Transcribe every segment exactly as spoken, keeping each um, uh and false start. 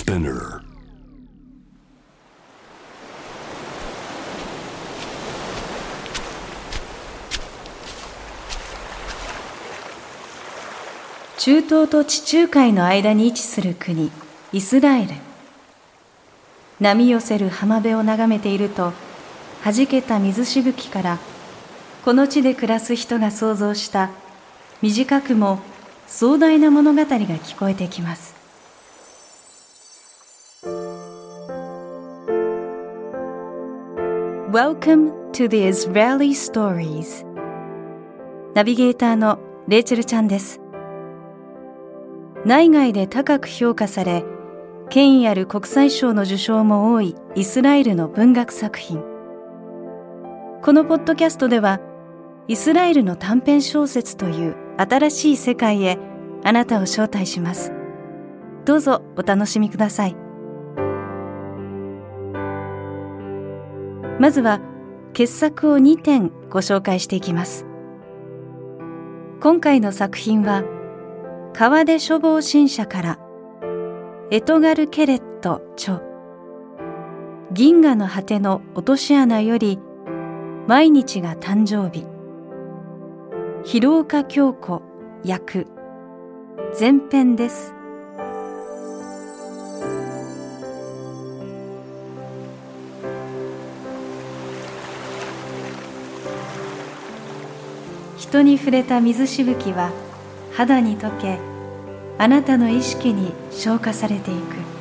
Spinner. 中東と地中海の間に位置する国、イスラエル。波寄せる浜辺を眺めていると、弾けた水しぶきから、この地で暮らす人が想像した短くも壮大な物語が聞こえてきます。Welcome to the Israeli Stories。 ナビゲーターのレイチェルちゃんです。内外で高く評価され、権威ある国際賞の受賞も多いイスラエルの文学作品。このポッドキャストでは、イスラエルの短編小説という新しい世界へあなたを招待します。どうぞお楽しみください。まずは傑作をにてんご紹介していきます。今回の作品は川出書房新社からエトガル・ケレット著、銀河の果ての落とし穴より毎日が誕生日、広岡京子訳、前編です。人に触れた水しぶきは肌に溶け、あなたの意識に昇華されていく。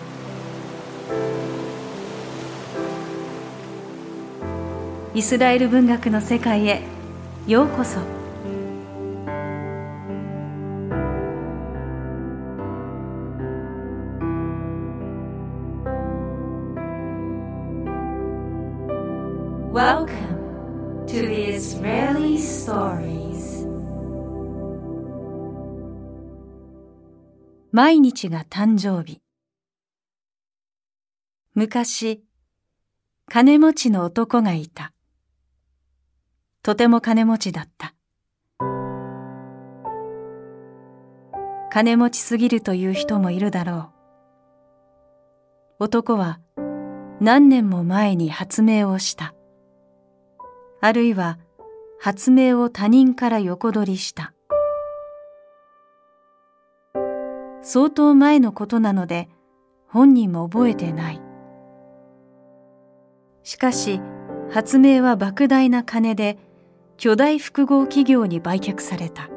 イスラエル文学の世界へようこそ。Welcome to the Israeli Stories。 毎日が誕生日。昔、金持ちの男がいた。とても金持ちだった。金持ちすぎるという人もいるだろう。男は何年も前に発明をした。あるいは発明を他人から横取りした。相当前のことなので本人も覚えてない。しかし発明は莫大な金で巨大複合企業に売却された。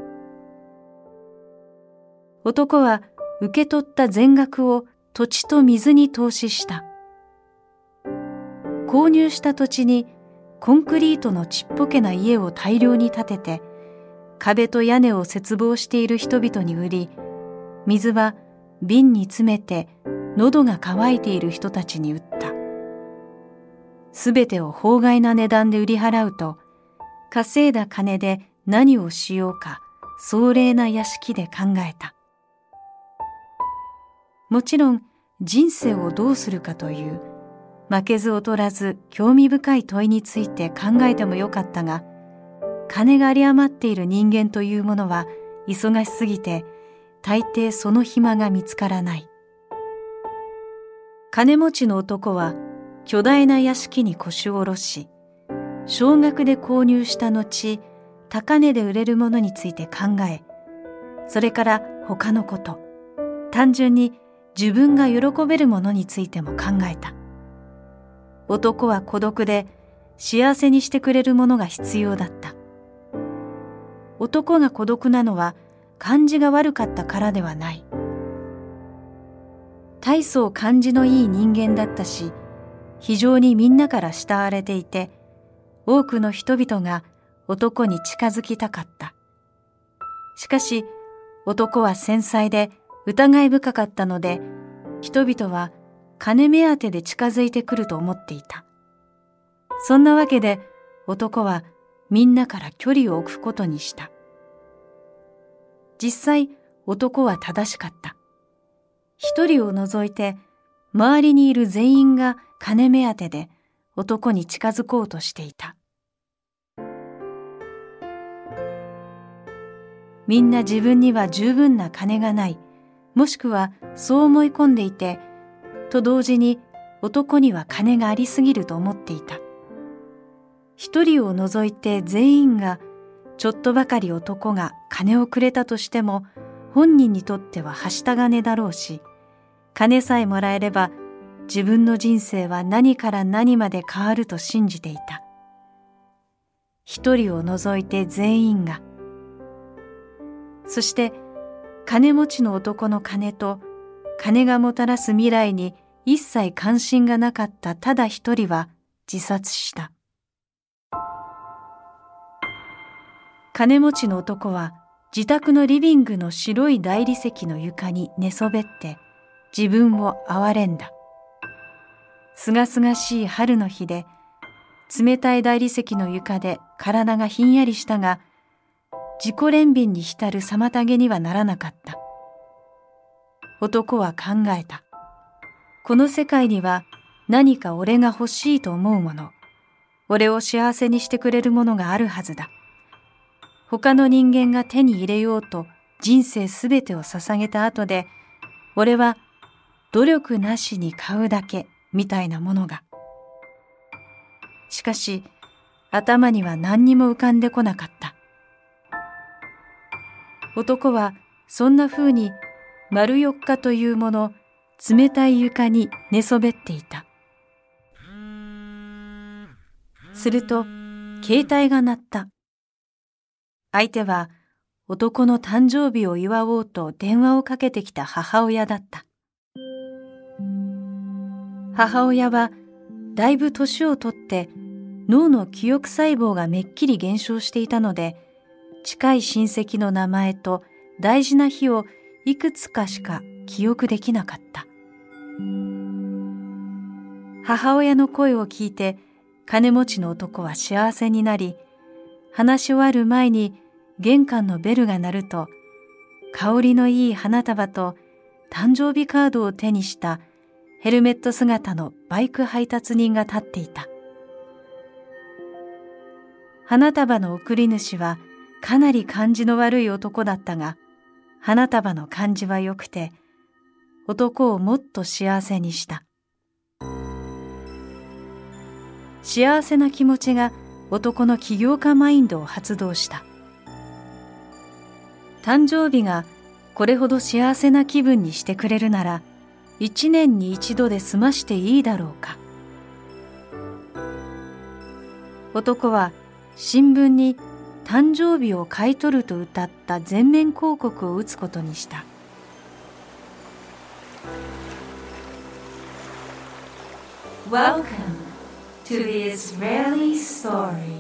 男は受け取った全額を土地と水に投資した。購入した土地にコンクリートのちっぽけな家を大量に建てて、壁と屋根を切望している人々に売り、水は瓶に詰めて喉が渇いている人たちに売った。すべてを法外な値段で売り払うと、稼いだ金で何をしようか壮麗な屋敷で考えた。もちろん人生をどうするかという負けず劣らず興味深い問いについて考えてもよかったが、金が有り余っている人間というものは忙しすぎて大抵その暇が見つからない。金持ちの男は巨大な屋敷に腰を下ろし、少額で購入した後、高値で売れるものについて考え、それから他のこと、単純に自分が喜べるものについても考えた。男は孤独で幸せにしてくれるものが必要だった。男が孤独なのは感じが悪かったからではない。大層感じのいい人間だったし、非常にみんなから慕われていて、多くの人々が男に近づきたかった。しかし男は繊細で疑い深かったので、人々は金目当てで近づいてくると思っていた。そんなわけで男はみんなから距離を置くことにした。実際男は正しかった。一人を除いて周りにいる全員が金目当てで男に近づこうとしていた。みんな自分には十分な金がない、もしくはそう思い込んでいて、 と同時に男には金がありすぎると思っていた。一人を除いて全員がちょっとばかり男が金をくれたとしても本人にとってははした金だろうし、金さえもらえれば自分の人生は何から何まで変わると信じていた。一人を除いて全員が。そして金持ちの男の金と金がもたらす未来に一切関心がなかったただ一人は自殺した。金持ちの男は自宅のリビングの白い大理石の床に寝そべって自分を憐れんだ。すがすがしい春の日で冷たい大理石の床で体がひんやりしたが、自己憐憫に浸る妨げにはならなかった。男は考えた。この世界には何か俺が欲しいと思うもの、俺を幸せにしてくれるものがあるはずだ。他の人間が手に入れようと人生すべてを捧げた後で、俺は努力なしに買うだけみたいなものが。しかし頭には何にも浮かんでこなかった。男はそんな風に丸四日というもの冷たい床に寝そべっていた。すると携帯が鳴った。相手は男の誕生日を祝おうと電話をかけてきた母親だった。母親はだいぶ年をとって脳の記憶細胞がめっきり減少していたので、近い親戚の名前と大事な日をいくつかしか記憶できなかった。母親の声を聞いて金持ちの男は幸せになり、話し終わる前に玄関のベルが鳴ると、香りのいい花束と誕生日カードを手にしたヘルメット姿のバイク配達人が立っていた。花束の送り主はかなり感じの悪い男だったが、花束の感じは良くて、男をもっと幸せにした。幸せな気持ちが男の起業家マインドを発動した。誕生日がこれほど幸せな気分にしてくれるなら、一年に一度で済ましていいだろうか。男は新聞に誕生日を買い取ると謳った全面広告を打つことにした。Welcome to the Israeli Story